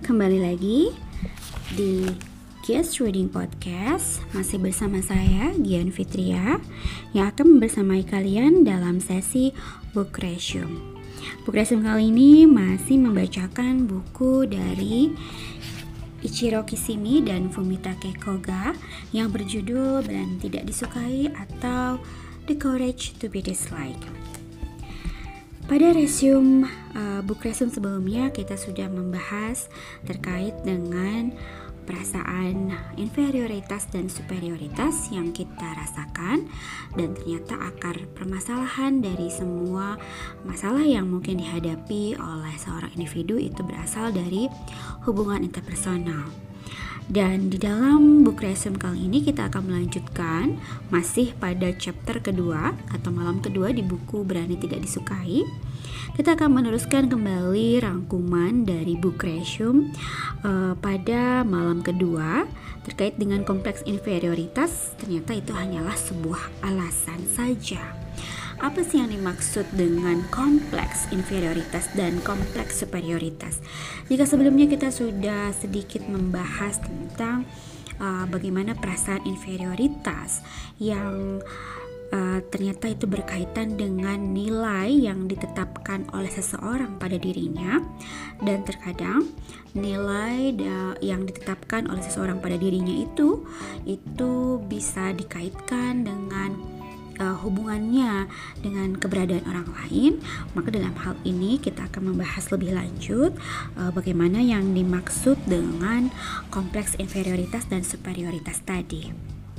kembali lagi di Kies Reading Podcast. Masih bersama saya, Gian Fitria, yang akan membersamai kalian dalam sesi Book Resume. Book Resume kali ini masih membacakan buku dari Ichiro Kishimi dan Fumitake Koga yang berjudul Berani Tidak Disukai atau The Courage to be Disliked. Pada book resume sebelumnya kita sudah membahas terkait dengan perasaan inferioritas dan superioritas yang kita rasakan, dan ternyata akar permasalahan dari semua masalah yang mungkin dihadapi oleh seorang individu itu berasal dari hubungan interpersonal. Dan di dalam book resume kali ini kita akan melanjutkan masih pada chapter kedua atau malam kedua di buku Berani Tidak Disukai. Kita akan meneruskan kembali rangkuman dari book resume pada malam kedua terkait dengan kompleks inferioritas. Ternyata itu hanyalah sebuah alasan saja. Apa sih yang dimaksud dengan kompleks inferioritas dan kompleks superioritas? Jika sebelumnya kita sudah sedikit membahas tentang bagaimana perasaan inferioritas yang ternyata itu berkaitan dengan nilai yang ditetapkan oleh seseorang pada dirinya, dan terkadang nilai yang ditetapkan oleh seseorang pada dirinya itu bisa dikaitkan dengan hubungannya dengan keberadaan orang lain. Maka dalam hal ini kita akan membahas lebih lanjut bagaimana yang dimaksud dengan kompleks inferioritas dan superioritas tadi.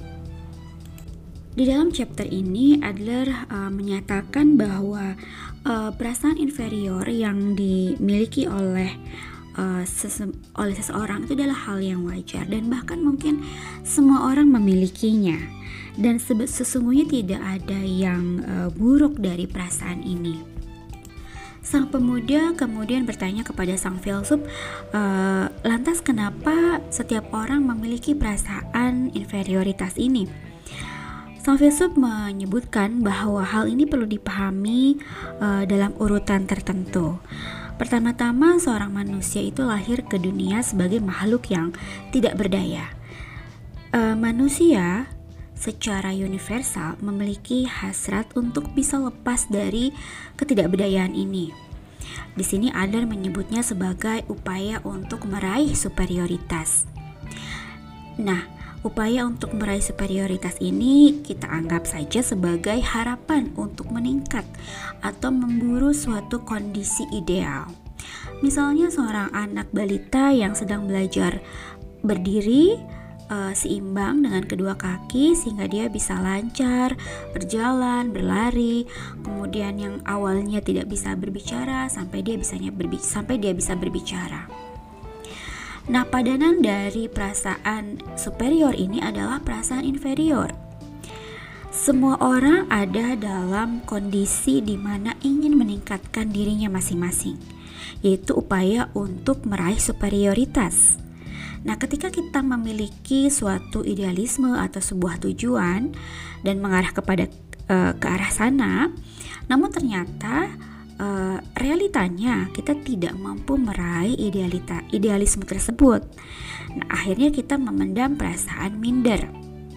Di dalam chapter ini Adler menyatakan bahwa perasaan inferior yang dimiliki oleh seseorang itu adalah hal yang wajar, dan bahkan mungkin semua orang memilikinya, dan sesungguhnya tidak ada yang buruk dari perasaan ini. Sang pemuda kemudian bertanya kepada sang filsuf, lantas kenapa setiap orang memiliki perasaan inferioritas ini? Sang filsuf menyebutkan bahwa hal ini perlu dipahami dalam urutan tertentu. Pertama-tama, seorang manusia itu lahir ke dunia sebagai makhluk yang tidak berdaya. Manusia secara universal memiliki hasrat untuk bisa lepas dari ketidakberdayaan ini. Di sini Adler menyebutnya sebagai upaya untuk meraih superioritas. Nah, upaya untuk meraih superioritas ini kita anggap saja sebagai harapan untuk meningkat atau memburu suatu kondisi ideal. Misalnya seorang anak balita yang sedang belajar berdiri seimbang dengan kedua kaki sehingga dia bisa lancar berjalan, berlari, kemudian yang awalnya tidak bisa berbicara sampai dia bisa berbicara. Nah, padanan dari perasaan superior ini adalah perasaan inferior. Semua orang ada dalam kondisi di mana ingin meningkatkan dirinya masing-masing, yaitu upaya untuk meraih superioritas. Nah, ketika kita memiliki suatu idealisme atau sebuah tujuan dan mengarah ke arah sana, namun ternyata realitanya kita tidak mampu meraih idealisme tersebut. Nah, akhirnya kita memendam perasaan minder.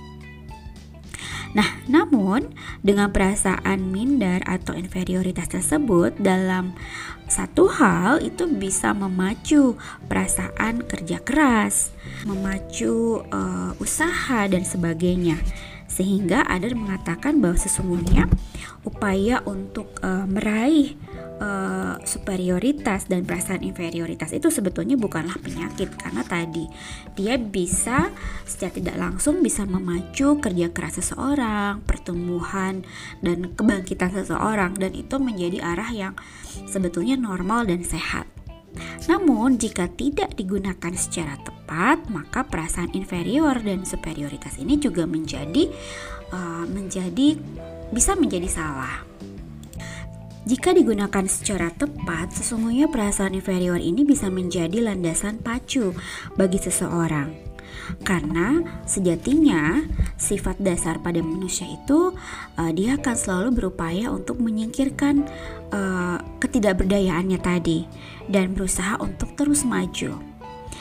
Nah, namun dengan perasaan minder atau inferioritas tersebut dalam satu hal itu bisa memacu perasaan kerja keras, memacu usaha dan sebagainya. Sehingga Adler mengatakan bahwa sesungguhnya upaya untuk meraih superioritas dan perasaan inferioritas itu sebetulnya bukanlah penyakit, karena tadi dia bisa secara tidak langsung bisa memacu kerja keras seseorang, pertumbuhan dan kebangkitan seseorang, dan itu menjadi arah yang sebetulnya normal dan sehat. Namun jika tidak digunakan secara tepat, maka perasaan inferior dan superioritas ini juga bisa menjadi salah. Jika digunakan secara tepat, sesungguhnya perasaan inferior ini bisa menjadi landasan pacu bagi seseorang. Karena sejatinya sifat dasar pada manusia itu dia akan selalu berupaya untuk menyingkirkan ketidakberdayaannya tadi dan berusaha untuk terus maju.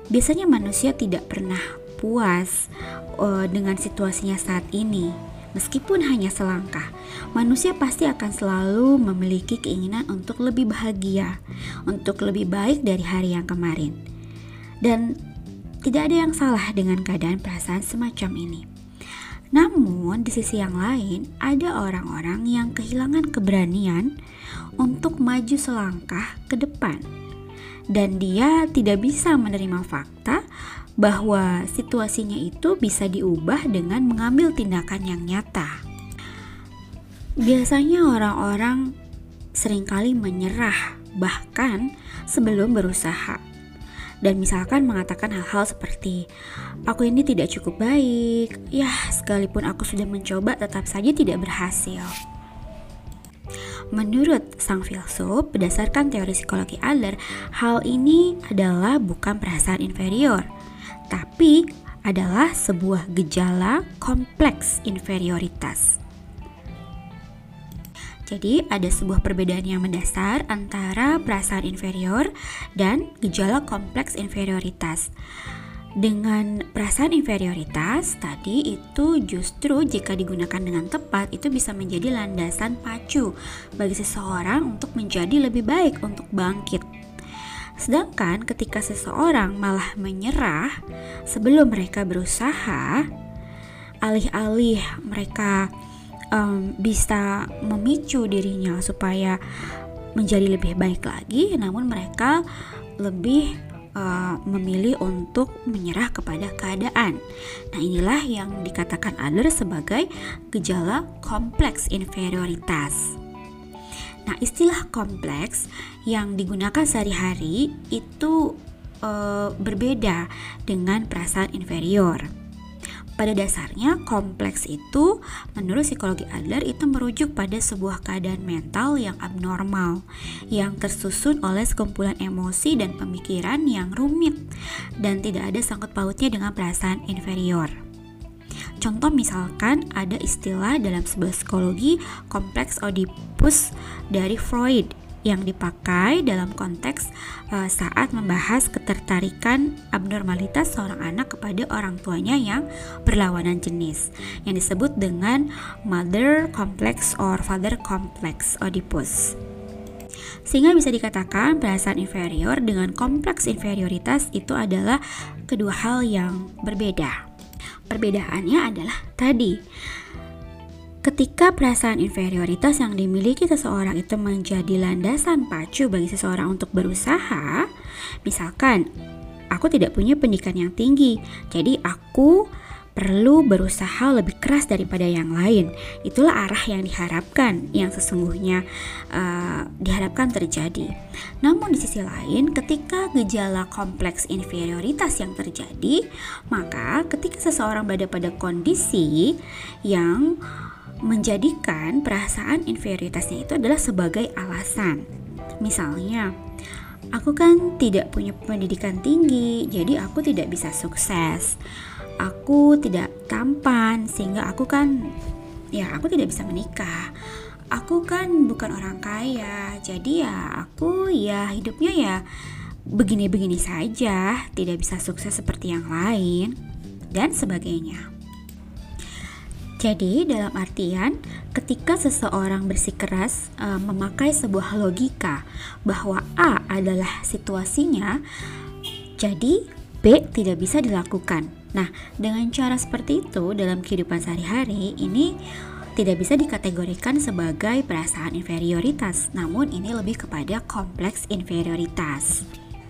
Biasanya manusia tidak pernah puas dengan situasinya saat ini. Meskipun hanya selangkah, manusia pasti akan selalu memiliki keinginan untuk lebih bahagia, untuk lebih baik dari hari yang kemarin. Dan tidak ada yang salah dengan keadaan perasaan semacam ini. Namun, di sisi yang lain, ada orang-orang yang kehilangan keberanian untuk maju selangkah ke depan. Dan dia tidak bisa menerima fakta bahwa situasinya itu bisa diubah dengan mengambil tindakan yang nyata. Biasanya orang-orang seringkali menyerah bahkan sebelum berusaha. Dan misalkan mengatakan hal-hal seperti, aku ini tidak cukup baik, ya sekalipun aku sudah mencoba tetap saja tidak berhasil. Menurut sang filsuf, berdasarkan teori psikologi Adler, hal ini adalah bukan perasaan inferior, tapi adalah sebuah gejala kompleks inferioritas. Jadi ada sebuah perbedaan yang mendasar antara perasaan inferior dan gejala kompleks inferioritas. Dengan perasaan inferioritas tadi itu justru jika digunakan dengan tepat itu bisa menjadi landasan pacu bagi seseorang untuk menjadi lebih baik, untuk bangkit. Sedangkan ketika seseorang malah menyerah sebelum mereka berusaha, alih-alih mereka bisa memicu dirinya supaya menjadi lebih baik lagi, namun mereka lebih memilih untuk menyerah kepada keadaan. Nah, inilah yang dikatakan Adler sebagai gejala kompleks inferioritas. Nah, istilah kompleks yang digunakan sehari-hari itu berbeda dengan perasaan inferior. Pada dasarnya, kompleks itu menurut psikologi Adler itu merujuk pada sebuah keadaan mental yang abnormal, yang tersusun oleh sekumpulan emosi dan pemikiran yang rumit dan tidak ada sangkut pautnya dengan perasaan inferior. Contoh misalkan ada istilah dalam sebuah psikologi kompleks Oedipus dari Freud yang dipakai dalam konteks saat membahas ketertarikan abnormalitas seorang anak kepada orang tuanya yang berlawanan jenis, yang disebut dengan mother complex or father complex Oedipus. Sehingga bisa dikatakan perasaan inferior dengan kompleks inferioritas itu adalah kedua hal yang berbeda. Perbedaannya adalah tadi, ketika perasaan inferioritas yang dimiliki seseorang itu menjadi landasan pacu bagi seseorang untuk berusaha, misalkan aku tidak punya pendidikan yang tinggi, jadi aku perlu berusaha lebih keras daripada yang lain. Itulah arah yang diharapkan, yang sesungguhnya diharapkan terjadi. Namun di sisi lain, ketika gejala kompleks inferioritas yang terjadi, maka ketika seseorang berada pada kondisi yang menjadikan perasaan inferioritasnya itu adalah sebagai alasan. Misalnya, aku kan tidak punya pendidikan tinggi, jadi aku tidak bisa sukses. Aku tidak tampan, sehingga aku tidak bisa menikah. Aku kan bukan orang kaya, jadi aku hidupnya begini-begini saja, tidak bisa sukses seperti yang lain, dan sebagainya. Jadi dalam artian ketika seseorang bersikeras memakai sebuah logika bahwa A adalah situasinya, jadi B tidak bisa dilakukan. Nah, dengan cara seperti itu dalam kehidupan sehari-hari ini tidak bisa dikategorikan sebagai perasaan inferioritas, namun ini lebih kepada kompleks inferioritas.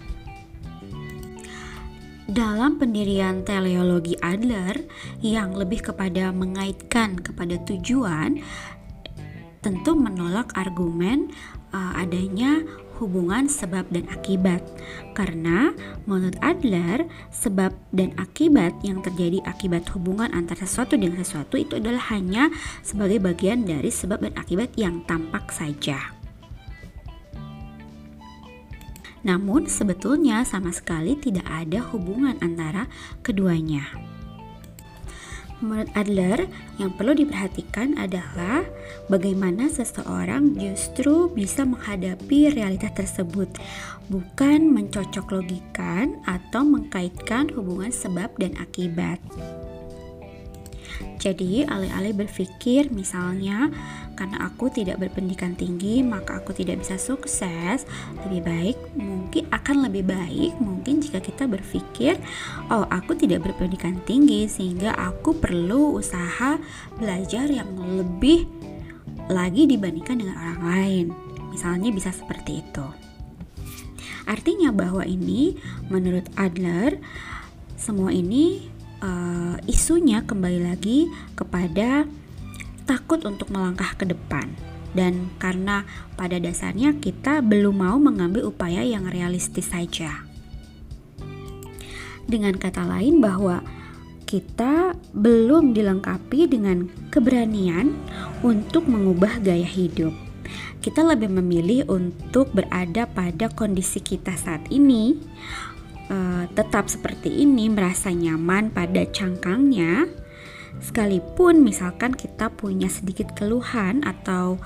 Dalam pendirian teleologi Adler yang lebih kepada mengaitkan kepada tujuan, tentu menolak argumen adanya hubungan sebab dan akibat. Karena menurut Adler, sebab dan akibat yang terjadi akibat hubungan antara sesuatu dengan sesuatu itu adalah hanya sebagai bagian dari sebab dan akibat yang tampak saja. Namun sebetulnya sama sekali tidak ada hubungan antara keduanya. Menurut Adler, yang perlu diperhatikan adalah bagaimana seseorang justru bisa menghadapi realitas tersebut, bukan mencocok logikan atau mengkaitkan hubungan sebab dan akibat. Jadi, alih-alih berpikir misalnya, karena aku tidak berpendidikan tinggi, maka aku tidak bisa sukses. Akan lebih baik mungkin jika kita berpikir, oh, aku tidak berpendidikan tinggi sehingga aku perlu usaha belajar yang lebih lagi dibandingkan dengan orang lain. Misalnya bisa seperti itu. Artinya bahwa ini menurut Adler, semua ini isunya kembali lagi kepada takut untuk melangkah ke depan, dan karena pada dasarnya kita belum mau mengambil upaya yang realistis saja. Dengan kata lain, bahwa kita belum dilengkapi dengan keberanian untuk mengubah gaya hidup. Kita lebih memilih untuk berada pada kondisi kita saat ini, tetap seperti ini, merasa nyaman pada cangkangnya, sekalipun misalkan kita punya sedikit keluhan atau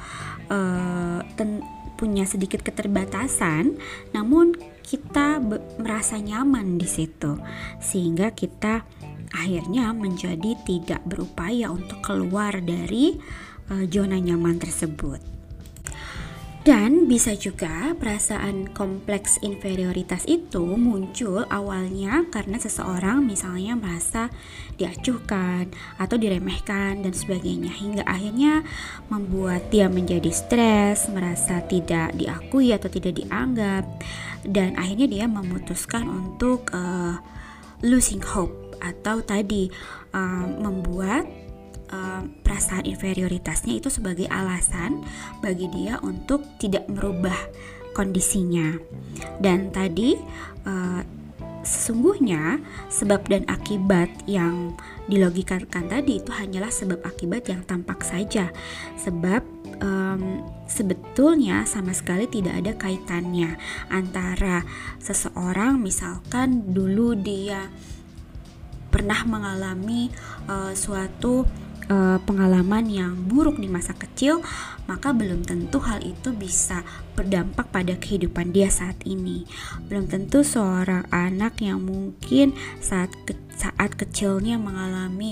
punya sedikit keterbatasan, namun kita merasa nyaman di situ, sehingga kita akhirnya menjadi tidak berupaya untuk keluar dari zona nyaman tersebut. Dan bisa juga perasaan kompleks inferioritas itu muncul awalnya karena seseorang misalnya merasa diacuhkan atau diremehkan dan sebagainya, hingga akhirnya membuat dia menjadi stres, merasa tidak diakui atau tidak dianggap, dan akhirnya dia memutuskan untuk losing hope, atau tadi membuat perasaan inferioritasnya itu sebagai alasan bagi dia untuk tidak merubah kondisinya. Dan tadi sesungguhnya sebab dan akibat yang dilogikakan tadi itu hanyalah sebab akibat yang tampak saja, sebab sebetulnya sama sekali tidak ada kaitannya antara seseorang misalkan dulu dia pernah mengalami suatu pengalaman yang buruk di masa kecil, maka belum tentu hal itu bisa berdampak pada kehidupan dia saat ini. Belum tentu seorang anak yang mungkin saat kecilnya mengalami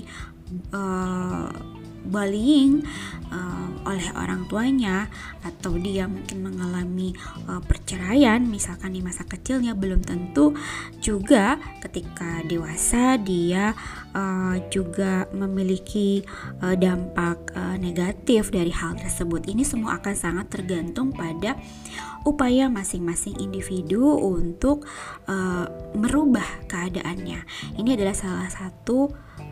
bullying oleh orang tuanya, atau dia mungkin mengalami perceraian misalkan di masa kecilnya, belum tentu juga ketika dewasa dia juga memiliki dampak negatif dari hal tersebut. Ini semua akan sangat tergantung pada upaya masing-masing individu untuk merubah keadaannya. Ini adalah salah satu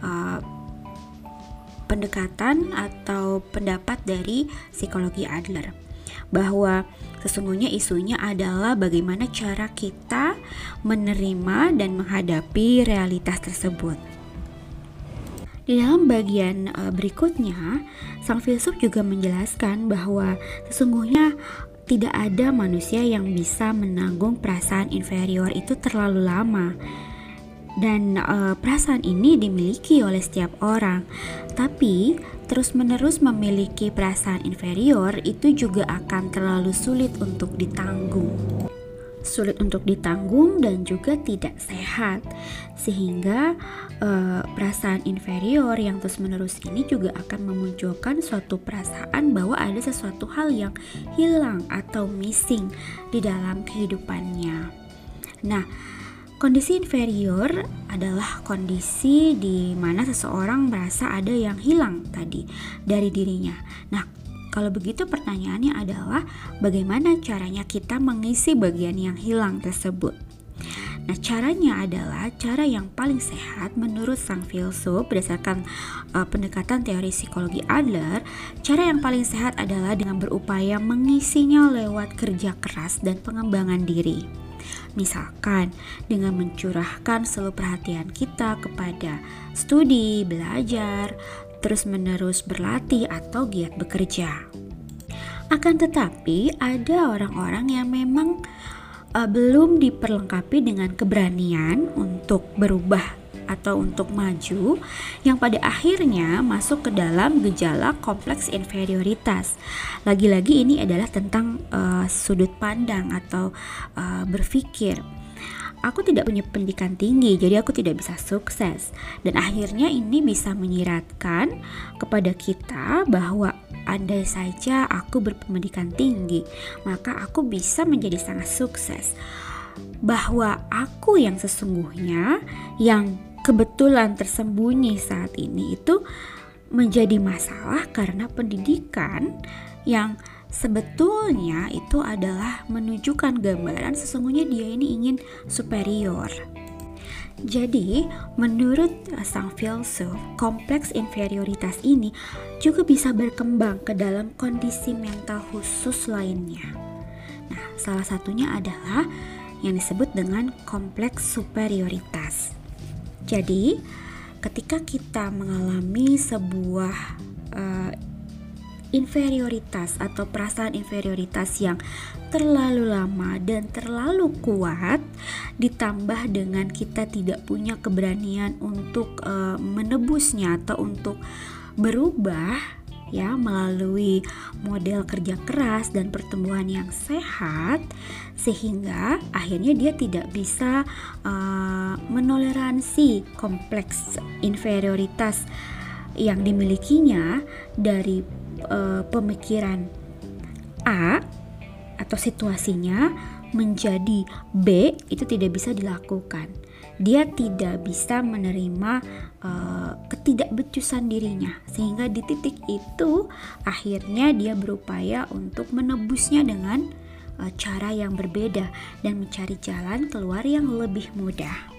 pendekatan atau pendapat dari psikologi Adler, bahwa sesungguhnya isunya adalah bagaimana cara kita menerima dan menghadapi realitas tersebut. Di dalam bagian berikutnya, sang filsuf juga menjelaskan bahwa sesungguhnya tidak ada manusia yang bisa menanggung perasaan inferior itu terlalu lama. Dan perasaan ini dimiliki oleh setiap orang, tapi terus-menerus memiliki perasaan inferior itu juga akan terlalu sulit untuk ditanggung. Sulit untuk ditanggung dan juga tidak sehat, sehingga perasaan inferior yang terus-menerus ini juga akan memunculkan suatu perasaan bahwa ada sesuatu hal yang hilang atau missing di dalam kehidupannya. Nah, kondisi inferior adalah kondisi di mana seseorang merasa ada yang hilang tadi dari dirinya. Nah, kalau begitu pertanyaannya adalah bagaimana caranya kita mengisi bagian yang hilang tersebut? Nah, caranya adalah cara yang paling sehat menurut sang filsuf berdasarkan pendekatan teori psikologi Adler. Cara yang paling sehat adalah dengan berupaya mengisinya lewat kerja keras dan pengembangan diri. Misalkan dengan mencurahkan seluruh perhatian kita kepada studi, belajar, terus-menerus berlatih atau giat bekerja. Akan tetapi ada orang-orang yang memang belum diperlengkapi dengan keberanian untuk berubah atau untuk maju, yang pada akhirnya masuk ke dalam gejala kompleks inferioritas. Lagi-lagi ini adalah tentang sudut pandang atau berpikir. Aku tidak punya pendidikan tinggi, jadi aku tidak bisa sukses. Dan akhirnya ini bisa menyiratkan kepada kita bahwa andai saja aku berpendidikan tinggi, maka aku bisa menjadi sangat sukses. Bahwa aku yang sesungguhnya, yang kebetulan tersembunyi saat ini itu menjadi masalah karena pendidikan yang sebetulnya itu adalah menunjukkan gambaran sesungguhnya dia ini ingin superior. Jadi, menurut sang filsuf, kompleks inferioritas ini juga bisa berkembang ke dalam kondisi mental khusus lainnya. Nah, salah satunya adalah yang disebut dengan kompleks superioritas. Jadi, ketika kita mengalami sebuah inferioritas atau perasaan inferioritas yang terlalu lama dan terlalu kuat, ditambah dengan kita tidak punya keberanian untuk menebusnya atau untuk berubah ya melalui model kerja keras dan pertumbuhan yang sehat, sehingga akhirnya dia tidak bisa menoleransi kompleks inferioritas yang dimilikinya dari pemikiran A atau situasinya menjadi B, itu tidak bisa dilakukan. Dia tidak bisa menerima ketidakbecusan dirinya, sehingga di titik itu akhirnya dia berupaya untuk menebusnya dengan cara yang berbeda dan mencari jalan keluar yang lebih mudah.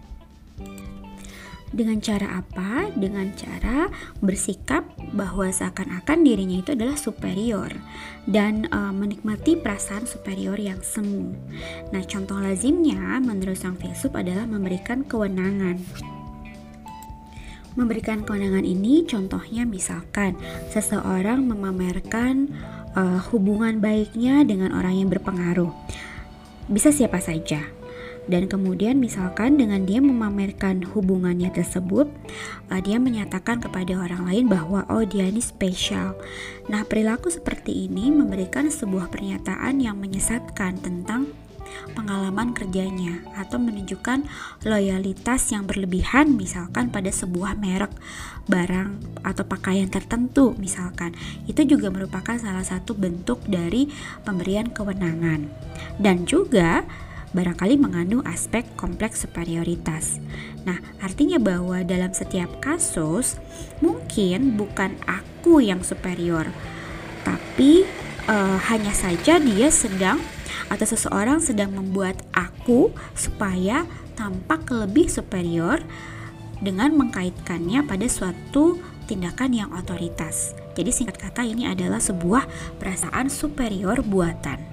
Dengan cara apa? Dengan cara bersikap bahwa seakan-akan dirinya itu adalah superior dan menikmati perasaan superior yang semu. Nah, contoh lazimnya menurut sang filsuf adalah memberikan kewenangan. Memberikan kewenangan ini contohnya misalkan seseorang memamerkan hubungan baiknya dengan orang yang berpengaruh. Bisa siapa saja. Dan kemudian misalkan dengan dia memamerkan hubungannya tersebut, dia menyatakan kepada orang lain bahwa dia ini spesial. Nah, perilaku seperti ini memberikan sebuah pernyataan yang menyesatkan tentang pengalaman kerjanya atau menunjukkan loyalitas yang berlebihan misalkan pada sebuah merek barang atau pakaian tertentu misalkan. Itu juga merupakan salah satu bentuk dari pemberian kewenangan. Dan juga barangkali mengandung aspek kompleks superioritas. Nah, artinya bahwa dalam setiap kasus mungkin bukan aku yang superior, tapi hanya saja dia sedang atau seseorang sedang membuat aku supaya tampak lebih superior dengan mengkaitkannya pada suatu tindakan yang otoritas. Jadi singkat kata ini adalah sebuah perasaan superior buatan.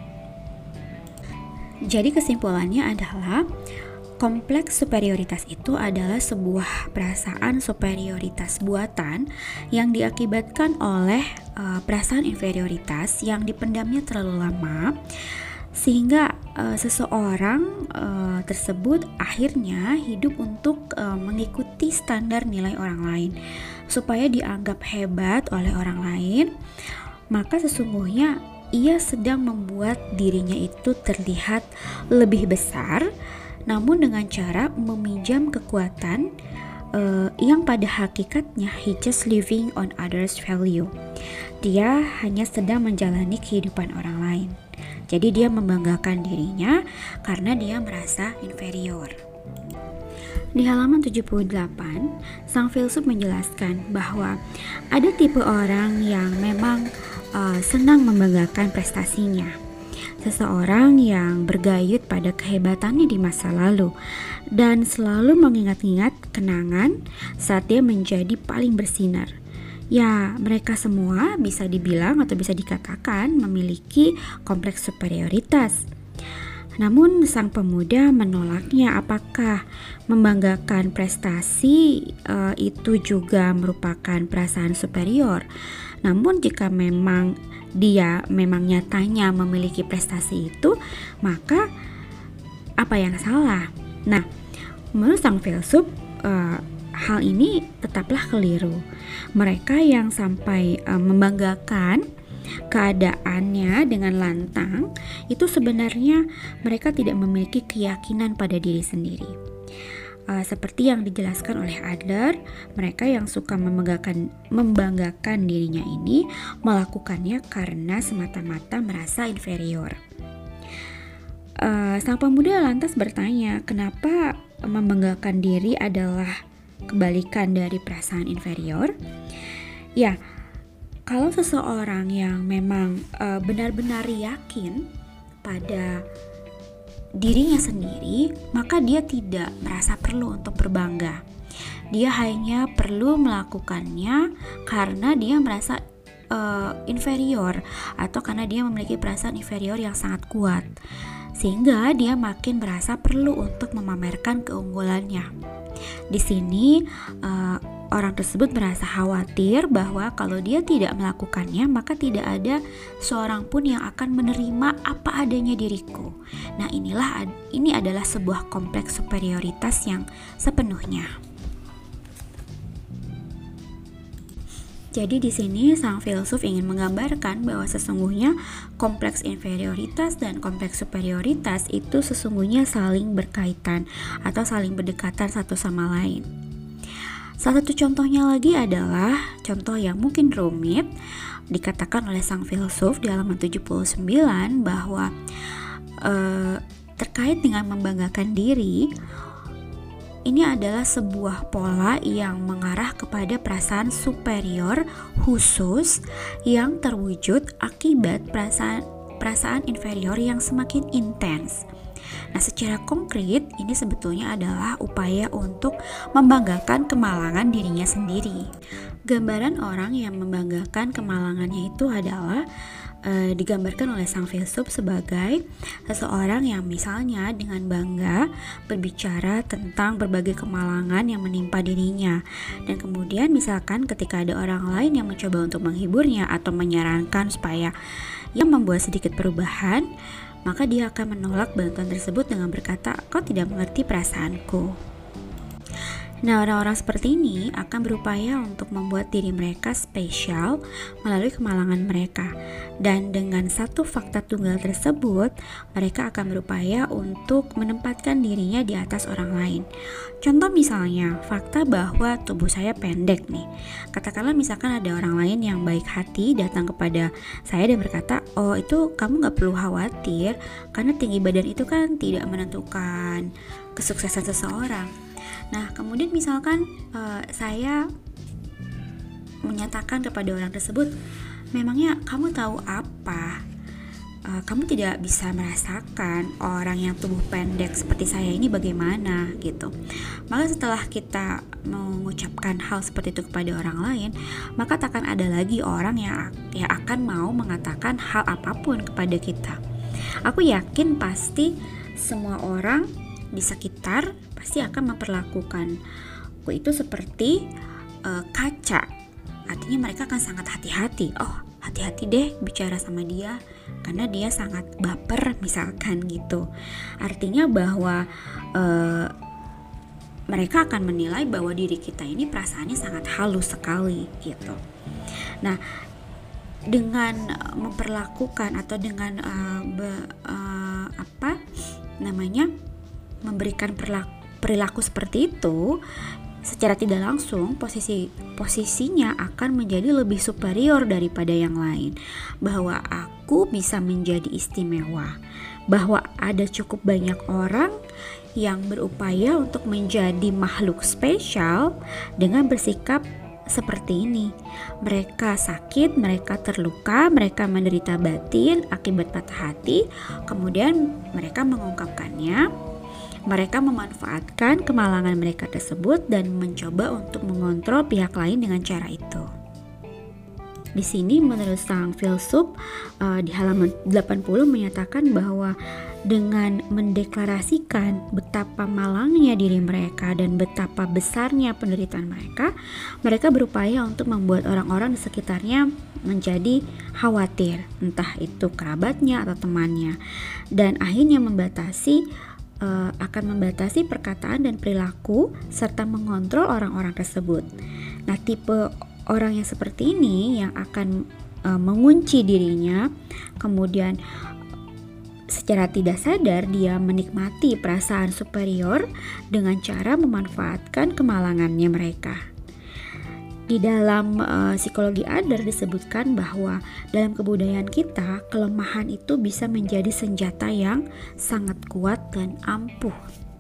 Jadi kesimpulannya adalah kompleks superioritas itu adalah sebuah perasaan superioritas buatan yang diakibatkan oleh perasaan inferioritas yang dipendamnya terlalu lama, sehingga seseorang tersebut akhirnya hidup untuk mengikuti standar nilai orang lain supaya dianggap hebat oleh orang lain. Maka sesungguhnya ia sedang membuat dirinya itu terlihat lebih besar, namun dengan cara meminjam kekuatan yang pada hakikatnya he just living on others' value. Dia hanya sedang menjalani kehidupan orang lain. Jadi dia membanggakan dirinya karena dia merasa inferior. Di halaman 78, sang filsuf menjelaskan bahwa ada tipe orang yang memang senang membanggakan prestasinya. Seseorang yang bergayut pada kehebatannya di masa lalu dan selalu mengingat-ingat kenangan saat dia menjadi paling bersinar. Ya, mereka semua bisa dibilang atau bisa dikatakan memiliki kompleks superioritas. Namun sang pemuda menolaknya. Apakah membanggakan prestasi itu juga merupakan perasaan superior? Namun jika memang dia nyatanya memiliki prestasi itu, maka apa yang salah? Nah, Menurut sang filsuf, hal ini tetaplah keliru. Mereka yang sampai membanggakan keadaannya dengan lantang, itu sebenarnya mereka tidak memiliki keyakinan pada diri sendiri. Seperti yang dijelaskan oleh Adler, mereka yang suka membanggakan dirinya ini melakukannya karena semata-mata merasa inferior. Sang pemuda lantas bertanya, kenapa membanggakan diri adalah kebalikan dari perasaan inferior? Ya, kalau seseorang yang memang benar-benar yakin pada dirinya sendiri, maka dia tidak merasa perlu untuk berbangga. Dia hanya perlu melakukannya karena dia merasa inferior, atau karena dia memiliki perasaan inferior yang sangat kuat, sehingga dia makin merasa perlu untuk memamerkan keunggulannya. Di sini orang tersebut merasa khawatir bahwa kalau dia tidak melakukannya, maka tidak ada seorang pun yang akan menerima apa adanya diriku. Nah, ini adalah sebuah kompleks superioritas yang sepenuhnya. Jadi di sini sang filsuf ingin menggambarkan bahwa sesungguhnya kompleks inferioritas dan kompleks superioritas itu sesungguhnya saling berkaitan atau saling berdekatan satu sama lain. Salah satu contohnya lagi adalah contoh yang mungkin rumit, dikatakan oleh sang filsuf di halaman 79 bahwa terkait dengan membanggakan diri, ini adalah sebuah pola yang mengarah kepada perasaan superior khusus yang terwujud akibat perasaan inferior yang semakin intens. Nah, secara konkret ini sebetulnya adalah upaya untuk membanggakan kemalangan dirinya sendiri. Gambaran orang yang membanggakan kemalangannya itu adalah digambarkan oleh sang filsuf sebagai seseorang yang misalnya dengan bangga berbicara tentang berbagai kemalangan yang menimpa dirinya, dan kemudian misalkan ketika ada orang lain yang mencoba untuk menghiburnya atau menyarankan supaya ia membuat sedikit perubahan, maka dia akan menolak bantuan tersebut dengan berkata, "Kau tidak mengerti perasaanku." Nah, orang-orang seperti ini akan berupaya untuk membuat diri mereka spesial melalui kemalangan mereka. Dan dengan satu fakta tunggal tersebut, mereka akan berupaya untuk menempatkan dirinya di atas orang lain. Contoh misalnya, fakta bahwa tubuh saya pendek nih. Katakanlah misalkan ada orang lain yang baik hati datang kepada saya dan berkata, "Oh, itu kamu gak perlu khawatir, karena tinggi badan itu kan tidak menentukan kesuksesan seseorang." Nah, kemudian misalkan saya menyatakan kepada orang tersebut, memangnya kamu tahu apa? Kamu tidak bisa merasakan orang yang tubuh pendek seperti saya ini bagaimana gitu. Maka setelah kita mengucapkan hal seperti itu kepada orang lain, maka takkan ada lagi orang yang akan mau mengatakan hal apapun kepada kita. Aku yakin pasti semua orang di sekitar pasti akan memperlakukan itu seperti kaca. Artinya mereka akan sangat hati-hati. Oh, hati-hati deh bicara sama dia karena dia sangat baper misalkan gitu. Artinya bahwa mereka akan menilai bahwa diri kita ini perasaannya sangat halus sekali gitu. Nah, dengan memperlakukan atau dengan memberikan perilaku seperti itu, secara tidak langsung posisinya akan menjadi lebih superior daripada yang lain, bahwa aku bisa menjadi istimewa, bahwa ada cukup banyak orang yang berupaya untuk menjadi makhluk spesial dengan bersikap seperti ini. Mereka sakit, mereka terluka, mereka menderita batin akibat patah hati, kemudian mereka mengungkapkannya. Mereka memanfaatkan kemalangan mereka tersebut dan mencoba untuk mengontrol pihak lain dengan cara itu. Di sini menurut sang filsuf di halaman 80 menyatakan bahwa dengan mendeklarasikan betapa malangnya diri mereka dan betapa besarnya penderitaan mereka, mereka berupaya untuk membuat orang-orang di sekitarnya menjadi khawatir, entah itu kerabatnya atau temannya, dan akhirnya membatasi akan membatasi perkataan dan perilaku serta mengontrol orang-orang tersebut. Nah, tipe orang yang seperti ini yang akan mengunci dirinya, kemudian secara tidak sadar dia menikmati perasaan superior dengan cara memanfaatkan kemalangannya mereka. Di dalam psikologi Adler disebutkan bahwa dalam kebudayaan kita, kelemahan itu bisa menjadi senjata yang sangat kuat dan ampuh.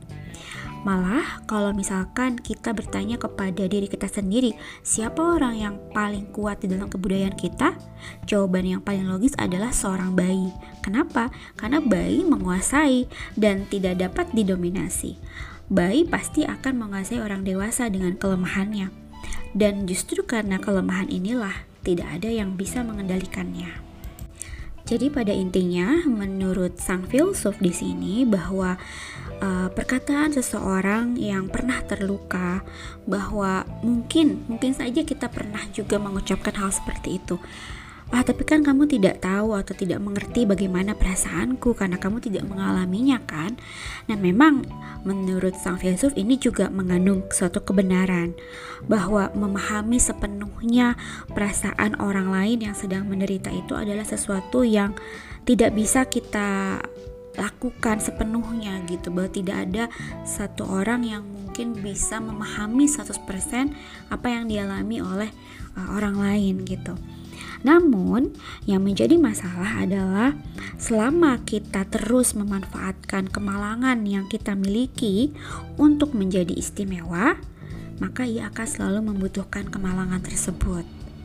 Malah kalau misalkan kita bertanya kepada diri kita sendiri, siapa orang yang paling kuat di dalam kebudayaan kita? Jawaban yang paling logis adalah seorang bayi. Kenapa? Karena bayi menguasai dan tidak dapat didominasi. Bayi pasti akan menguasai orang dewasa dengan kelemahannya. Dan justru karena kelemahan inilah tidak ada yang bisa mengendalikannya. Jadi pada intinya, menurut sang filsuf di sini bahwa perkataan seseorang yang pernah terluka, bahwa mungkin saja kita pernah juga mengucapkan hal seperti itu. Tapi kan kamu tidak tahu atau tidak mengerti bagaimana perasaanku karena kamu tidak mengalaminya kan. Nah, memang menurut sang filsuf ini juga mengandung suatu kebenaran bahwa memahami sepenuhnya perasaan orang lain yang sedang menderita itu adalah sesuatu yang tidak bisa kita lakukan sepenuhnya gitu, bahwa tidak ada satu orang yang mungkin bisa memahami 100% apa yang dialami oleh orang lain gitu. Namun, yang menjadi masalah adalah selama kita terus memanfaatkan kemalangan yang kita miliki untuk menjadi istimewa, maka ia akan selalu membutuhkan kemalangan tersebut.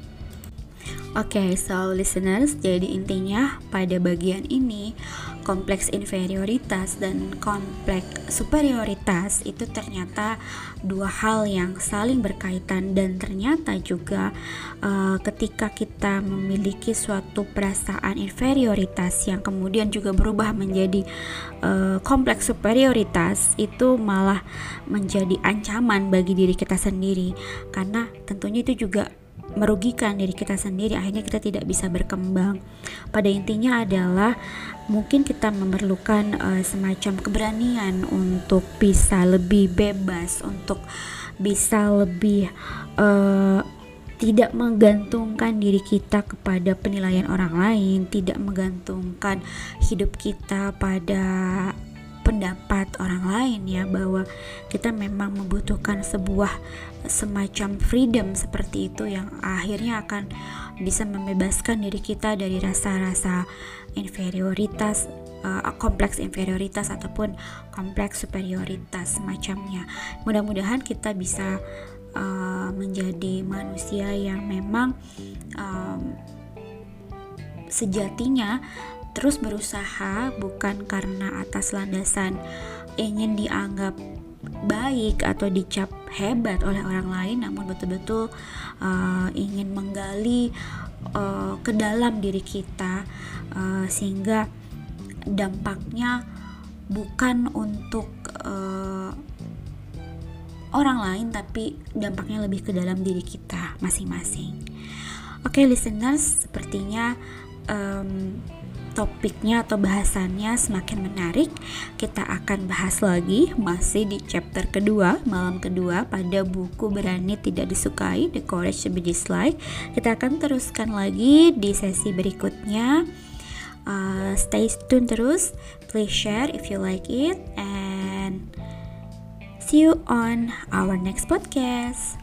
Oke, so listeners, jadi intinya pada bagian ini kompleks inferioritas dan kompleks superioritas itu ternyata dua hal yang saling berkaitan, dan ternyata juga ketika kita memiliki suatu perasaan inferioritas yang kemudian juga berubah menjadi kompleks superioritas, itu malah menjadi ancaman bagi diri kita sendiri, karena tentunya itu juga merugikan diri kita sendiri. Akhirnya kita tidak bisa berkembang. Pada intinya adalah mungkin kita memerlukan semacam keberanian untuk bisa lebih bebas, untuk bisa lebih tidak menggantungkan diri kita kepada penilaian orang lain, tidak menggantungkan hidup kita pada pendapat orang lain ya, bahwa kita memang membutuhkan sebuah semacam freedom seperti itu yang akhirnya akan bisa membebaskan diri kita dari rasa-rasa inferioritas, kompleks inferioritas ataupun kompleks superioritas semacamnya. Mudah-mudahan kita bisa menjadi manusia yang memang sejatinya terus berusaha, bukan karena atas landasan ingin dianggap baik atau dicap hebat oleh orang lain, namun betul-betul ingin menggali ke dalam diri kita, sehingga dampaknya bukan untuk orang lain, tapi dampaknya lebih ke dalam diri kita masing-masing. Oke, listeners, sepertinya topiknya atau bahasannya semakin menarik. Kita akan bahas lagi masih di chapter kedua, malam kedua pada buku Berani Tidak Disukai, The Courage to Be Disliked. Kita akan teruskan lagi di sesi berikutnya. Stay tune terus, please share if you like it, and see you on our next podcast.